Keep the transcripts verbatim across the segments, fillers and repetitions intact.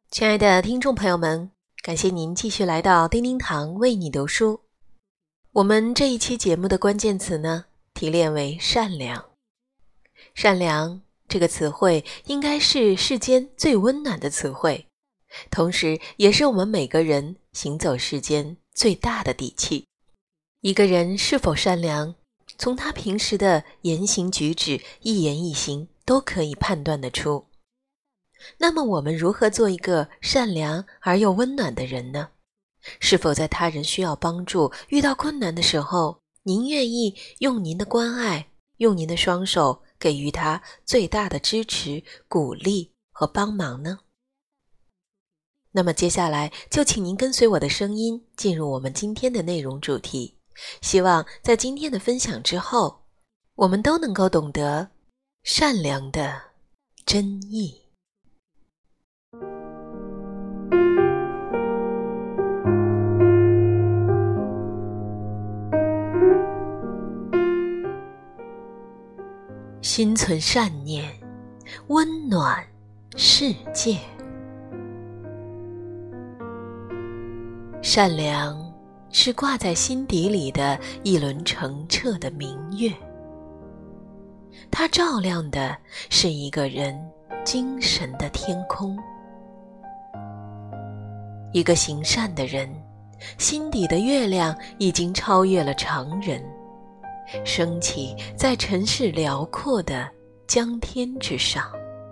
亲爱的听众朋友们，感谢您继续来到叮叮堂为你读书。我们这一期节目的关键词呢，提炼为善良。善良这个词汇应该是世间最温暖的词汇，同时也是我们每个人行走世间最大的底气。一个人是否善良，从他平时的言行举止、一言一行都可以判断得出。那么我们如何做一个善良而又温暖的人呢？是否在他人需要帮助、遇到困难的时候，您愿意用您的关爱，用您的双手给予他最大的支持、鼓励和帮忙呢？那么接下来就请您跟随我的声音进入我们今天的内容主题，希望在今天的分享之后，我们都能够懂得善良的真意。心存善念，温暖世界。善良是挂在心底里的一轮澄澈的明月，它照亮的是一个人精神的天空。一个行善的人，心底的月亮已经超越了常人，升起在尘世辽阔的江天之上。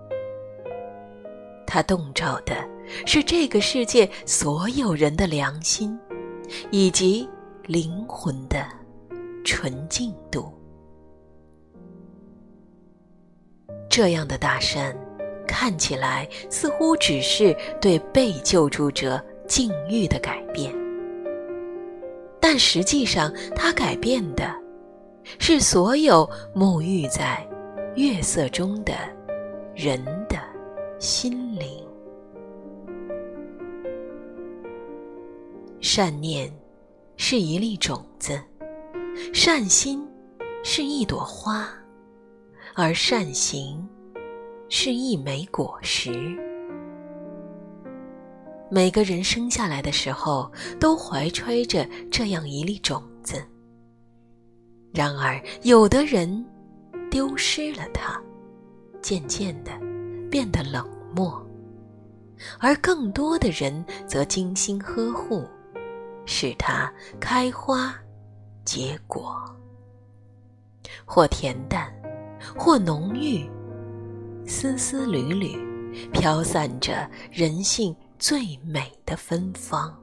它洞照的是这个世界所有人的良心，以及灵魂的纯净度。这样的大善，看起来似乎只是对被救助者境遇的改变，但实际上它改变的是所有沐浴在月色中的人的心灵。善念是一粒种子，善心是一朵花，而善行是一枚果实。每个人生下来的时候都怀揣着这样一粒种子，然而有的人丢失了它，渐渐地变得冷漠，而更多的人则精心呵护，使它开花结果，或恬淡，或浓郁，丝丝缕缕飘散着人性最美的芬芳。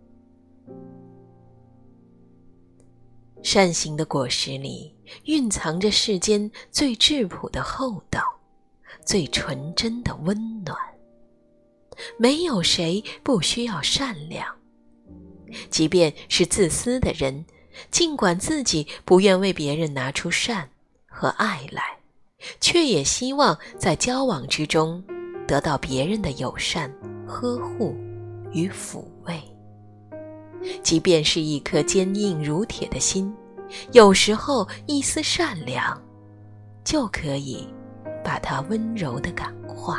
善行的果实里蕴藏着世间最质朴的厚道，最纯真的温暖。没有谁不需要善良，即便是自私的人，尽管自己不愿为别人拿出善和爱来，却也希望在交往之中得到别人的友善、呵护与抚慰。即便是一颗坚硬如铁的心，有时候一丝善良就可以把它温柔地感化。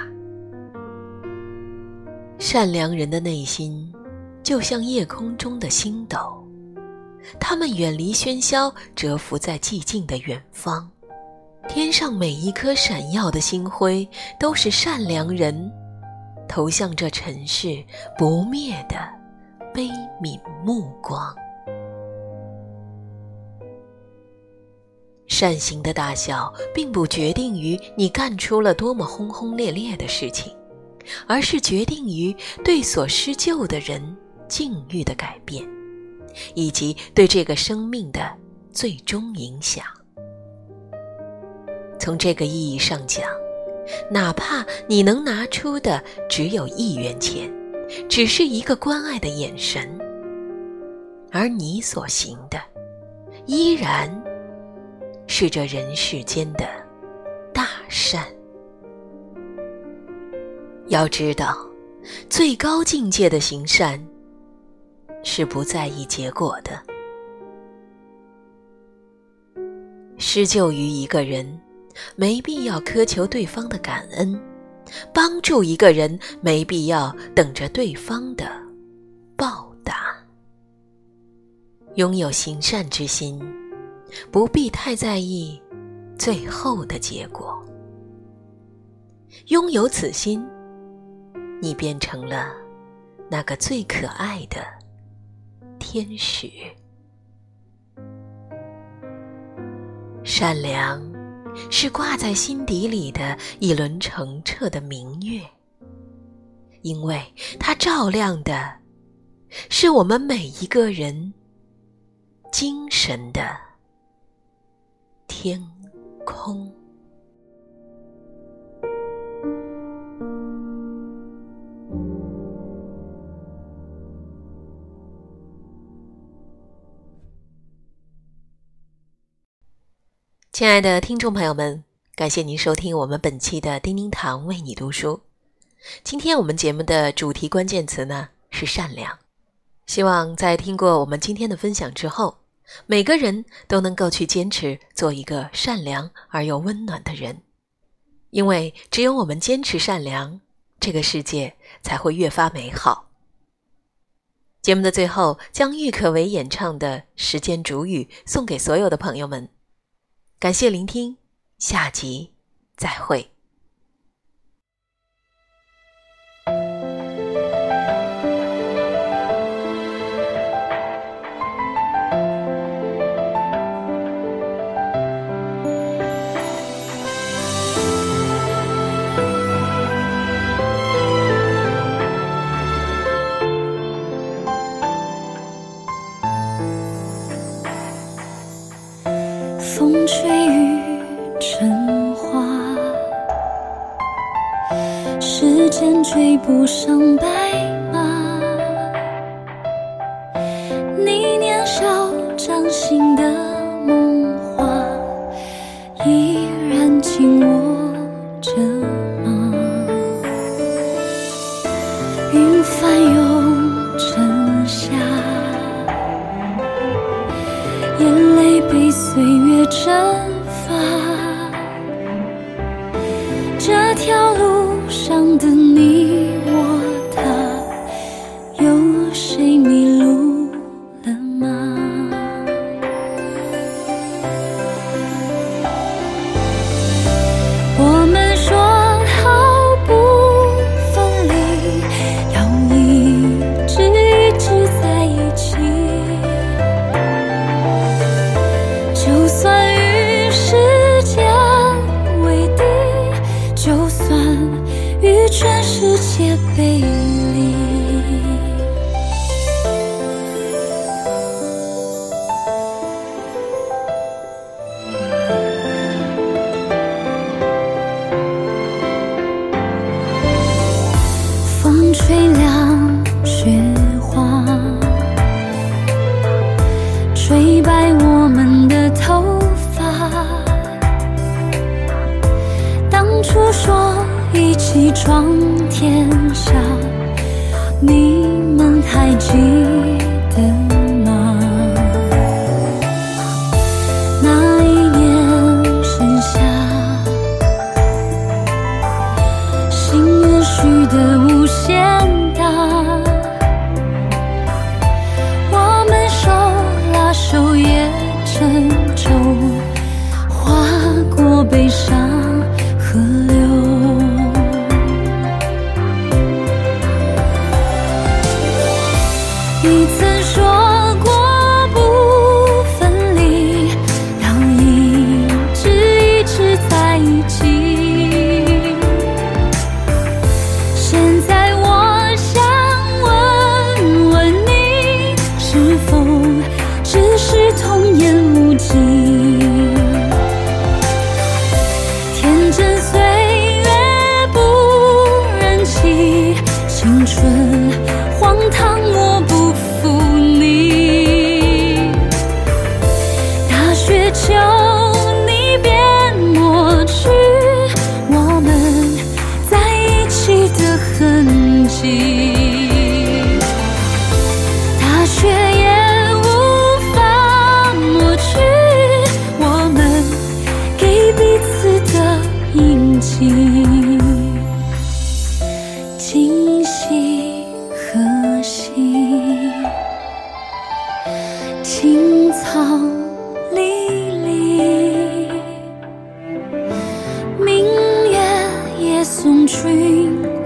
善良人的内心就像夜空中的星斗，他们远离喧嚣，蛰伏在寂静的远方。天上每一颗闪耀的星辉，都是善良人投向这尘世不灭的悲悯目光。善行的大小并不决定于你干出了多么轰轰烈烈的事情，而是决定于对所施救的人境遇的改变，以及对这个生命的最终影响。从这个意义上讲，哪怕你能拿出的只有一元钱，只是一个关爱的眼神，而你所行的依然是这人世间的大善。要知道，最高境界的行善是不在意结果的。施救于一个人，没必要苛求对方的感恩， 帮助一个人没必要等着对方的报答。拥有行善之心，不必太在意最后的结果。拥有此心，你变成了那个最可爱的天使。善良是挂在心底里的一轮澄澈的明月，因为它照亮的是我们每一个人精神的天空。亲爱的听众朋友们，感谢您收听我们本期的叮叮堂为你读书。今天我们节目的主题关键词呢是善良。希望在听过我们今天的分享之后，每个人都能够去坚持做一个善良而又温暖的人。因为只有我们坚持善良，这个世界才会越发美好。节目的最后，将郁可唯演唱的《时间煮雨》送给所有的朋友们。感谢聆听，下集再会。 风吹雨成花，时间追不上白马。你年少掌心的梦话，依然紧握着吗？云翻涌成夏，眼泪被岁月蒸发，这条路上的你我他，有谁迷路了吗？我们说好不分离，要一直一直在一起，就算与时间为敌，就算与全世界背离。风吹凉雪花，吹白我们的头发。当初说一起闯天下，你们还记得吗？那一年盛夏，心愿许得无限大，我们手拉手也沉重，划过悲伤河流。你曾说过不分离，要一直一直在一起。现在我想问问你，是否只是童言无忌？天真岁月不忍欺，青春荒唐我不负你。大雪求你别抹去我们在一起的痕迹，大雪也无法抹去我们给彼此的印记。 今夕何夕？青草离离，明月夜送君